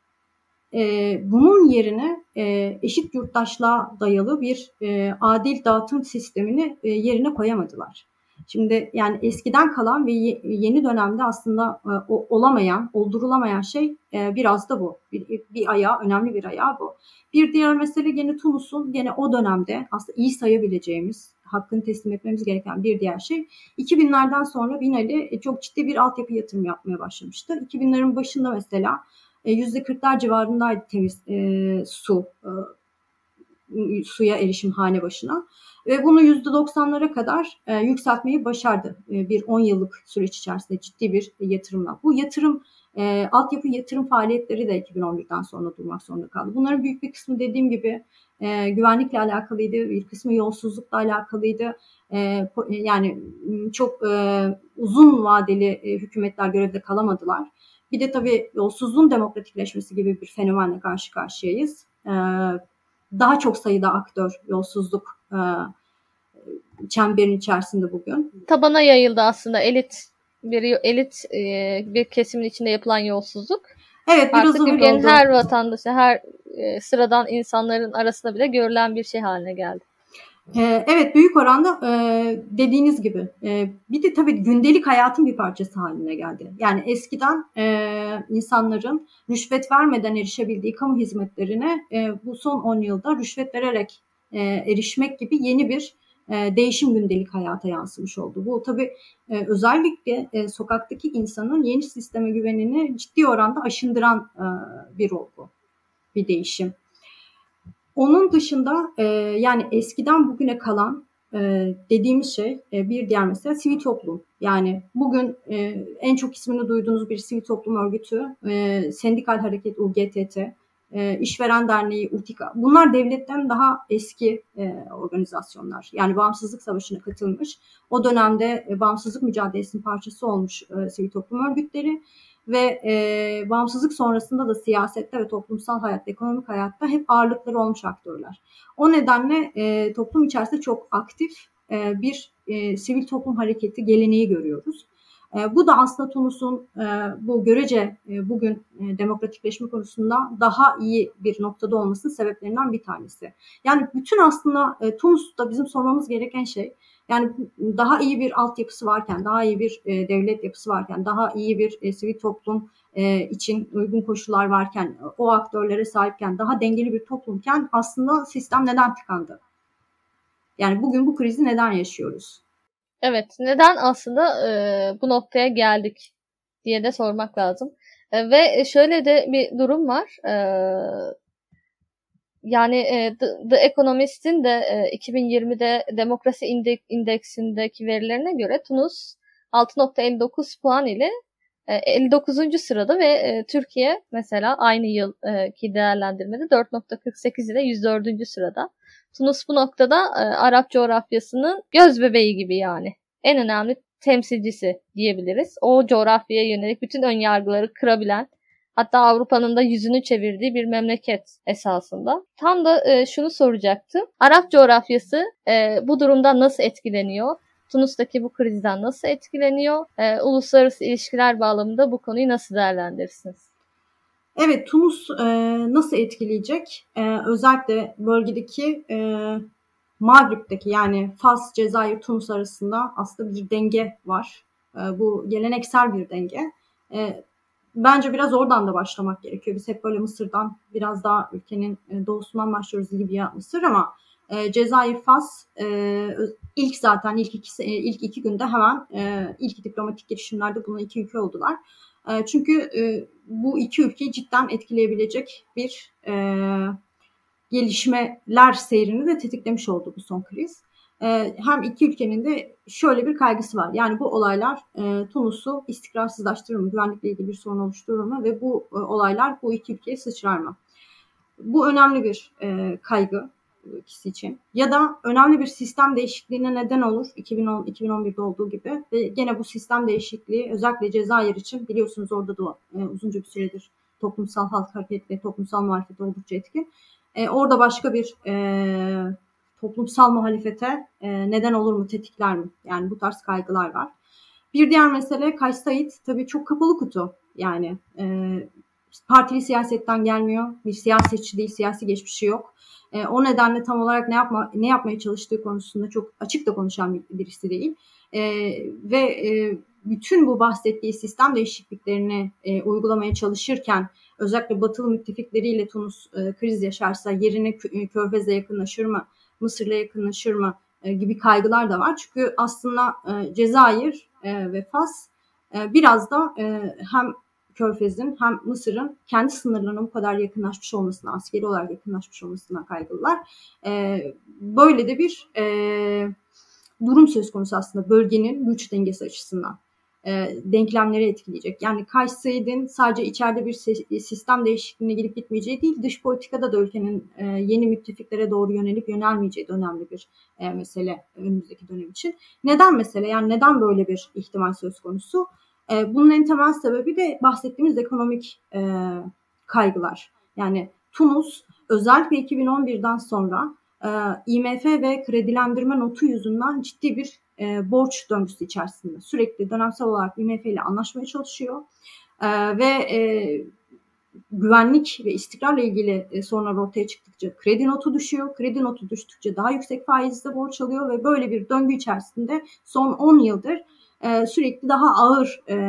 E, bunun yerine e, eşit yurttaşlığa dayalı bir e, adil dağıtım sistemini e, yerine koyamadılar. Şimdi yani eskiden kalan ve ye, yeni dönemde aslında e, o, olamayan, oldurulamayan şey e, biraz da bu. Bir, bir ayağı, önemli bir ayağı bu. Bir diğer mesele gene Tunus'un gene o dönemde aslında iyi sayabileceğimiz, hakkını teslim etmemiz gereken bir diğer şey. iki binlerden sonra Binali çok ciddi bir altyapı yatırım yapmaya başlamıştı. iki binlerin başında mesela yüzde kırklar civarındaydı temiz e, su, e, suya erişim hane başına. Ve bunu yüzde doksanlara kadar e, yükseltmeyi başardı. E, bir on yıllık süreç içerisinde ciddi bir yatırımla. Bu yatırım, e, altyapı yatırım faaliyetleri de iki bin on birden sonra durmak zorunda kaldı. Bunların büyük bir kısmı dediğim gibi e, güvenlikle alakalıydı, bir kısmı yolsuzlukla alakalıydı. E, yani çok e, uzun vadeli e, hükümetler görevde kalamadılar. Bir de tabii yolsuzluğun demokratikleşmesi gibi bir fenomenle karşı karşıyayız. Ee, daha çok sayıda aktör yolsuzluk e, çemberin içerisinde bugün. Tabana yayıldı aslında elit bir elit e, bir kesimin içinde yapılan yolsuzluk. Evet, biraz artık ülkenin her vatandaşı, her e, sıradan insanların arasında bile görülen bir şey haline geldi. Evet, büyük oranda dediğiniz gibi. Bir de tabii gündelik hayatın bir parçası haline geldi. Yani eskiden insanların rüşvet vermeden erişebildiği kamu hizmetlerine bu son on yılda rüşvet vererek erişmek gibi yeni bir değişim gündelik hayata yansımış oldu. Bu tabii özellikle sokaktaki insanın yeni sisteme güvenini ciddi oranda aşındıran bir olgu, bir değişim. Onun dışında e, yani eskiden bugüne kalan e, dediğimiz şey e, bir diğer mesela sivil toplum. Yani bugün e, en çok ismini duyduğunuz bir sivil toplum örgütü, e, Sendikal Hareket U G T T, e, İşveren Derneği UTİKA. Bunlar devletten daha eski e, organizasyonlar. Yani bağımsızlık savaşına katılmış. O dönemde e, bağımsızlık mücadelesinin parçası olmuş e, sivil toplum örgütleri. Ve e, bağımsızlık sonrasında da siyasette ve toplumsal hayatta, ekonomik hayatta hep ağırlıkları olmuş aktörler. O nedenle e, toplum içerisinde çok aktif e, bir e, sivil toplum hareketi geleneği görüyoruz. E, bu da aslında Tunus'un e, bu görece e, bugün e, demokratikleşme konusunda daha iyi bir noktada olmasının sebeplerinden bir tanesi. Yani bütün aslında e, Tunus'ta bizim sormamız gereken şey, yani daha iyi bir altyapısı varken, daha iyi bir e, devlet yapısı varken, daha iyi bir e, sivil toplum e, için uygun koşullar varken, o aktörlere sahipken, daha dengeli bir toplumken aslında sistem neden tıkandı? Yani bugün bu krizi neden yaşıyoruz? Evet, neden aslında e, bu noktaya geldik diye de sormak lazım. E, ve şöyle de bir durum var. E, Yani e, The, The Economist'in de e, iki bin yirmide demokrasi indeksindeki verilerine göre Tunus altı nokta elli dokuz puan ile e, elli dokuzuncu sırada ve e, Türkiye mesela aynı yılki değerlendirmede dört nokta kırk sekiz ile yüz dördüncü sırada. Tunus bu noktada e, Arap coğrafyasının göz bebeği gibi, yani en önemli temsilcisi diyebiliriz. O coğrafyaya yönelik bütün önyargıları kırabilen, hatta Avrupa'nın da yüzünü çevirdiği bir memleket esasında. Tam da e, şunu soracaktım. Arap coğrafyası e, bu durumdan nasıl etkileniyor? Tunus'taki bu krizden nasıl etkileniyor? E, uluslararası ilişkiler bağlamında bu konuyu nasıl değerlendirirsiniz? Evet, Tunus e, nasıl etkileyecek? E, özellikle bölgedeki e, Mağrip'teki, yani Fas, Cezayir, Tunus arasında aslında bir denge var. E, bu geleneksel bir denge. E, Bence biraz oradan da başlamak gerekiyor. Biz hep böyle Mısır'dan, biraz daha ülkenin doğusundan başlıyoruz, Libya, Mısır, ama e, Cezayir, Fas e, ilk zaten ilk iki, ilk iki günde hemen e, ilk diplomatik girişimlerde bulunan iki ülke oldular. E, çünkü e, bu iki ülkeyi cidden etkileyebilecek bir e, gelişmeler seyrini de tetiklemiş oldu bu son kriz. Hem iki ülkenin de şöyle bir kaygısı var. Yani bu olaylar e, Tunus'u istikrarsızlaştırır mı, güvenlikle ilgili bir sorun oluşturur mu ve bu e, olaylar bu iki ülkeye sıçrar mı? Bu önemli bir e, kaygı ikisi için. Ya da önemli bir sistem değişikliğine neden olur, iki bin on iki bin on birde olduğu gibi. Ve gene bu sistem değişikliği özellikle Cezayir için, biliyorsunuz orada da e, uzunca bir süredir toplumsal halk hareketli, toplumsal muhalefet oldukça etkin. E, orada başka bir e, toplumsal muhalefete e, neden olur mu, tetikler mi? Yani bu tarz kaygılar var. Bir diğer mesele Kays Said tabii çok kapalı kutu. Yani e, partili siyasetten gelmiyor. Bir siyasetçi değil, siyasi geçmişi yok. E, o nedenle tam olarak ne yapma ne yapmaya çalıştığı konusunda çok açık da konuşan bir, birisi değil. E, ve e, bütün bu bahsettiği sistem değişikliklerini e, uygulamaya çalışırken özellikle batılı müttefikleriyle Tunus e, kriz yaşarsa yerine Körfez'e yakınlaşır mı, Mısır'la yakınlaşır mı e, gibi kaygılar da var. Çünkü aslında e, Cezayir e, ve Fas e, biraz da e, hem Körfez'in hem Mısır'ın kendi sınırlarına bu kadar yakınlaşmış olmasına, askeri olarak yakınlaşmış olmasına kaygılılar. E, böyle de bir e, durum söz konusu aslında bölgenin güç dengesi açısından. E, denklemleri etkileyecek. Yani Kays Said'in sadece içeride bir sistem değişikliğine gidip gitmeyeceği değil, dış politikada da ülkenin e, yeni müttefiklere doğru yönelip yönelmeyeceği de önemli bir e, mesele önümüzdeki dönem için. Neden mesele? Yani neden böyle bir ihtimal söz konusu? E, bunun en temel sebebi de bahsettiğimiz ekonomik e, kaygılar. Yani Tunus özellikle iki bin on birden sonra e, I M F ve kredilendirme notu yüzünden ciddi bir e, borç döngüsü içerisinde. Sürekli dönemsel olarak I M F ile anlaşmaya çalışıyor. E, ve e, güvenlik ve istikrarla ilgili e, sorunlar ortaya çıktıkça kredi notu düşüyor. Kredi notu düştükçe daha yüksek faizle borç alıyor ve böyle bir döngü içerisinde son on yıldır e, sürekli daha ağır e,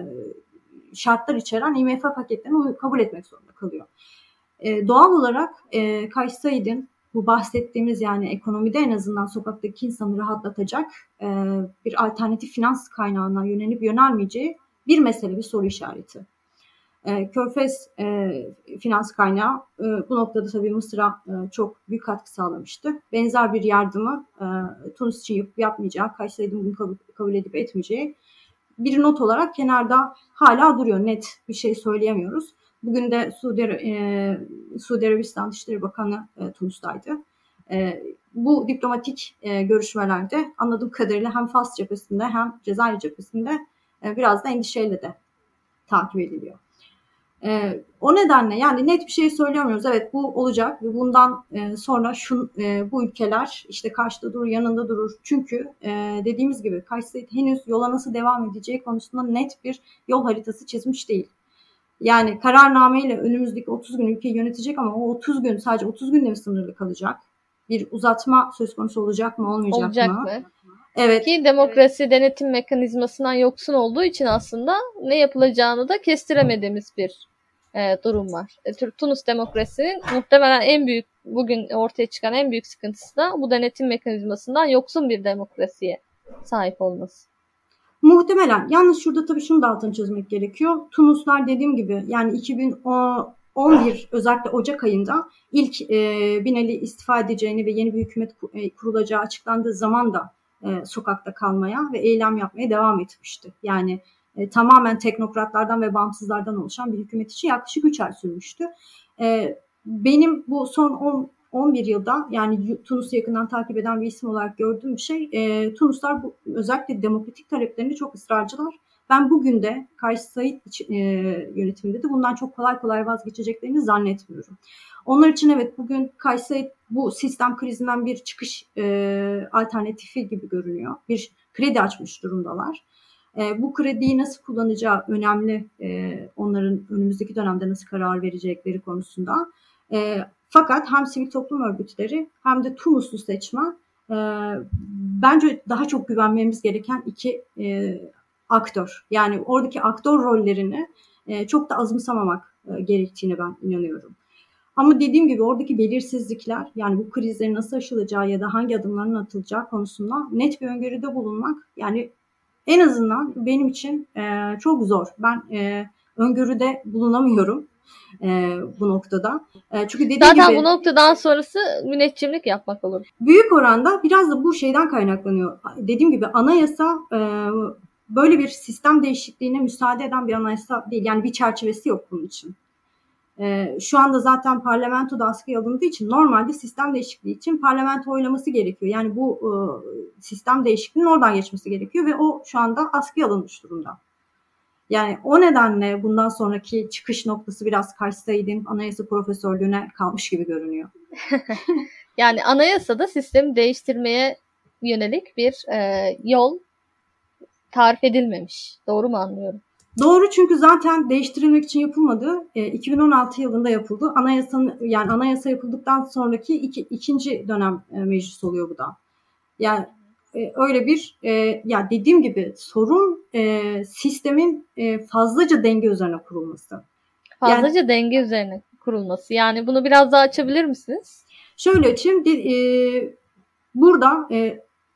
şartlar içeren I M F paketlerini kabul etmek zorunda kalıyor. E, doğal olarak e, Kays Said'in bu bahsettiğimiz yani ekonomide en azından sokaktaki insanı rahatlatacak e, bir alternatif finans kaynağına yönelip yönelmeyeceği bir mesele, bir soru işareti. E, Körfez e, finans kaynağı e, bu noktada tabii Mısır'a e, çok büyük katkı sağlamıştı. Benzer bir yardımı e, Tunus için yapıp yapmayacağı, Kays Said'in bunu kabul, kabul edip etmeyeceği bir not olarak kenarda hala duruyor. Net bir şey söyleyemiyoruz. Bugün de Suudi, e, Suudi Arabistan Dışişleri Bakanı e, Tunus'taydı. E, bu diplomatik e, görüşmelerde anladığım kadarıyla hem Fas cephesinde hem Cezayir cephesinde e, biraz da endişeyle de takip ediliyor. E, o nedenle yani net bir şey söyleyemiyoruz. Evet bu olacak ve bundan e, sonra şu e, bu ülkeler işte karşıda durur, yanında durur. Çünkü e, dediğimiz gibi Kays Said henüz yola nasıl devam edeceği konusunda net bir yol haritası çizmiş değil. Yani kararnameyle önümüzdeki otuz gün ülkeyi yönetecek ama o otuz gün sadece otuz günle mi sınırlı kalacak? Bir uzatma söz konusu olacak mı, olmayacak olacak mı? mı? Evet. Ki demokrasi denetim mekanizmasından yoksun olduğu için aslında ne yapılacağını da kestiremediğimiz bir e, durum var. E, Tunus demokrasinin muhtemelen en büyük bugün ortaya çıkan en büyük sıkıntısı da bu denetim mekanizmasından yoksun bir demokrasiye sahip olması. Muhtemelen. Yalnız şurada tabii şunu da altını çizmek gerekiyor. Tunuslar dediğim gibi yani iki bin on bir özellikle Ocak ayında ilk e, Binali istifa edeceğini ve yeni bir hükümet kurulacağı açıklandığı zaman da e, sokakta kalmaya ve eylem yapmaya devam etmişti. Yani e, tamamen teknokratlardan ve bağımsızlardan oluşan bir hükümet için yaklaşık üç ay sürmüştü. E, benim bu son on on bir yılda yani Tunus'u yakından takip eden bir isim olarak gördüğüm bir şey e, Tunuslar bu, özellikle demokratik taleplerinde çok ısrarcılar. Ben bugün de Kays Said e, yönetiminde de bundan çok kolay kolay vazgeçeceklerini zannetmiyorum. Onlar için evet bugün Kays Said bu sistem krizinden bir çıkış e, alternatifi gibi görünüyor. Bir kredi açmış durumdalar. E, bu krediyi nasıl kullanacağı önemli e, onların önümüzdeki dönemde nasıl karar verecekleri konusunda. E, fakat hem sivil toplum örgütleri hem de Tunuslu seçmen e, bence daha çok güvenmemiz gereken iki e, aktör. Yani oradaki aktör rollerini e, çok da azımsamamak e, gerektiğini ben inanıyorum. Ama dediğim gibi oradaki belirsizlikler yani bu krizlerin nasıl aşılacağı ya da hangi adımların atılacağı konusunda net bir öngörüde bulunmak yani en azından benim için e, çok zor. Ben e, öngörüde bulunamıyorum e, bu noktada. E, çünkü dediğim Zaten gibi bu noktadan sonrası müneccimlik yapmak olur. Büyük oranda biraz da bu şeyden kaynaklanıyor. Dediğim gibi anayasa e, böyle bir sistem değişikliğine müsaade eden bir anayasa değil. Yani bir çerçevesi yok bunun için. E, şu anda zaten parlamentoda askıya alındığı için normalde sistem değişikliği için parlamento oylaması gerekiyor. Yani bu e, sistem değişikliğinin oradan geçmesi gerekiyor ve o şu anda askıya alınmış durumda. Yani o nedenle bundan sonraki çıkış noktası biraz Kays Said'in anayasa profesörlüğüne kalmış gibi görünüyor. Yani anayasada sistemi değiştirmeye yönelik bir e, yol tarif edilmemiş. Doğru mu anlıyorum? Doğru, çünkü zaten değiştirilmek için yapılmadı. E, iki bin on altı yılında yapıldı. Anayasanın yani anayasa yapıldıktan sonraki iki, ikinci dönem e, meclis oluyor bu da. Yani e, öyle bir e, ya dediğim gibi sorun e, sistemin e, fazlaca denge üzerine kurulması. Fazlaca yani, denge üzerine kurulması. Yani bunu biraz daha açabilir misiniz? Şöyle açayım. De, e, burada e,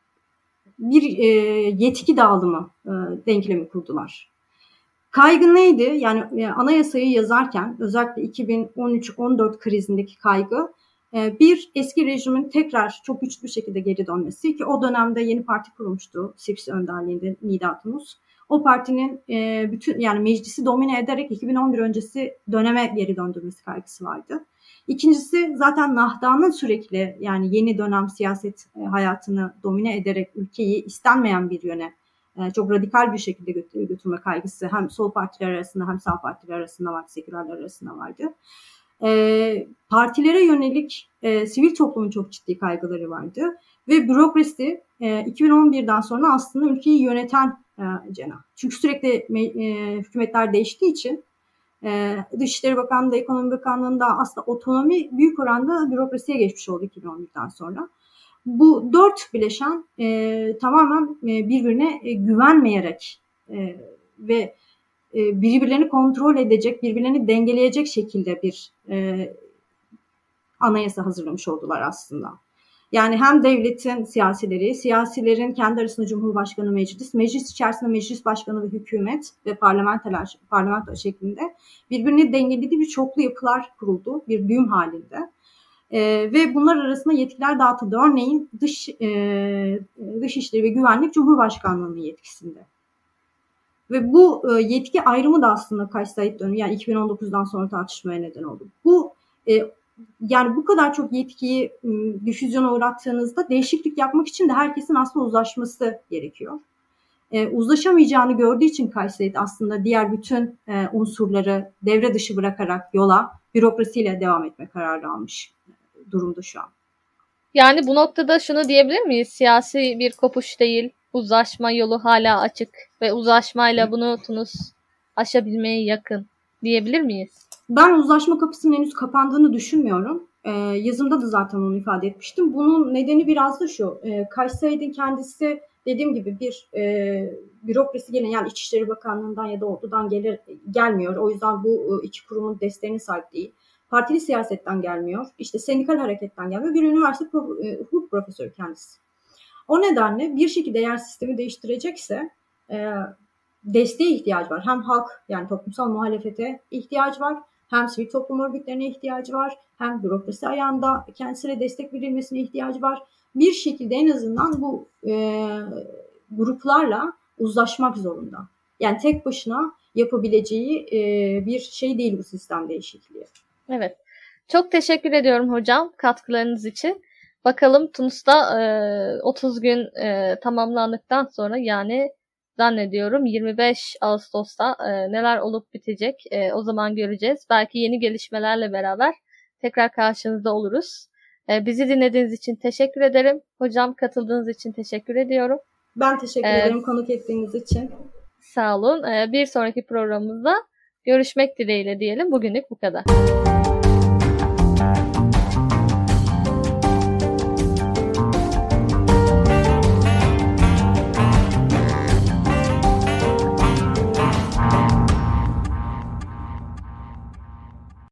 bir e, yetki dağılımı e, denklemi kurdular. Kaygı neydi? Yani e, anayasayı yazarken özellikle iki bin on üç on dört krizindeki kaygı e, bir eski rejimin tekrar çok güçlü bir şekilde geri dönmesi, ki o dönemde yeni parti kurulmuştu Sipsi önderliğinde Nidat Tunus. O partinin e, bütün yani meclisi domine ederek iki bin on bir öncesi döneme geri döndürmesi kaygısı vardı. İkincisi zaten Nahda'nın sürekli yani yeni dönem siyaset hayatını domine ederek ülkeyi istenmeyen bir yöne çok radikal bir şekilde götürme kaygısı hem sol partiler arasında hem sağ partiler arasında vardı, sekülerler arasında vardı. E, partilere yönelik e, sivil toplumun çok ciddi kaygıları vardı ve bürokrasi e, iki bin on birden sonra aslında ülkeyi yöneten e, cenah. Çünkü sürekli e, hükümetler değiştiği için e, Dışişleri Bakanlığı, Ekonomi Bakanlığı'nda aslında otonomi büyük oranda bürokrasiye geçmiş oldu iki bin on birden sonra. Bu dört bileşen e, tamamen e, birbirine e, güvenmeyerek e, ve e, birbirlerini kontrol edecek, birbirlerini dengeleyecek şekilde bir e, anayasa hazırlamış oldular aslında. Yani hem devletin siyasileri, siyasilerin kendi arasında Cumhurbaşkanı, meclis, meclis içerisinde meclis başkanı ve hükümet ve parlamentolar, parlamento şeklinde birbirini dengelediği bir çoklu yapılar kuruldu, bir düğüm halinde. Ee, ve bunlar arasında yetkiler dağıtıldı. Örneğin dış e, Dışişleri ve Güvenlik Cumhurbaşkanlığı'nın yetkisinde. Ve bu e, yetki ayrımı da aslında Kays Said dönemi yani iki bin on dokuzdan sonra tartışmaya neden oldu. Bu e, yani bu kadar çok yetkiyi e, difüzyona uğrattığınızda değişiklik yapmak için de herkesin aslında uzlaşması gerekiyor. E, uzlaşamayacağını gördüğü için Kays Said aslında diğer bütün e, unsurları devre dışı bırakarak yola bürokrasiyle devam etme kararı almış durumda şu an. Yani bu noktada şunu diyebilir miyiz? Siyasi bir kopuş değil, uzlaşma yolu hala açık ve uzlaşmayla bunu Tunus aşabilmeye yakın diyebilir miyiz? Ben uzlaşma kapısının henüz kapandığını düşünmüyorum. Ee, yazımda da zaten onu ifade etmiştim. Bunun nedeni biraz da şu. E, Kays Said'in kendisi dediğim gibi bir e, bürokrasi gelen yani İçişleri Bakanlığı'ndan ya da ordudan gelir, gelmiyor. O yüzden bu iki kurumun desteğine sahip değil. Partili siyasetten gelmiyor. İşte sendikal hareketten gelmiyor. Bir üniversite pro, e, hukuk profesörü kendisi. O nedenle bir şekilde eğer sistemi değiştirecekse e, desteğe ihtiyaç var. Hem halk yani toplumsal muhalefete ihtiyaç var. Hem sivil toplum örgütlerine ihtiyacı var. Hem bürokrasi ayağında kendisine destek verilmesine ihtiyacı var. Bir şekilde en azından bu e, gruplarla uzlaşmak zorunda. Yani tek başına yapabileceği e, bir şey değil bu sistem değişikliği. Evet. Çok teşekkür ediyorum hocam katkılarınız için. Bakalım Tunus'ta e, otuz gün e, tamamlandıktan sonra yani zannediyorum yirmi beş Ağustos'ta e, neler olup bitecek e, o zaman göreceğiz. Belki yeni gelişmelerle beraber tekrar karşınızda oluruz. E, bizi dinlediğiniz için teşekkür ederim. Hocam katıldığınız için teşekkür ediyorum. Ben teşekkür ee, ederim konuk ettiğiniz için. Sağ olun. E, bir sonraki programımızda görüşmek dileğiyle diyelim. Bugünlük bu kadar.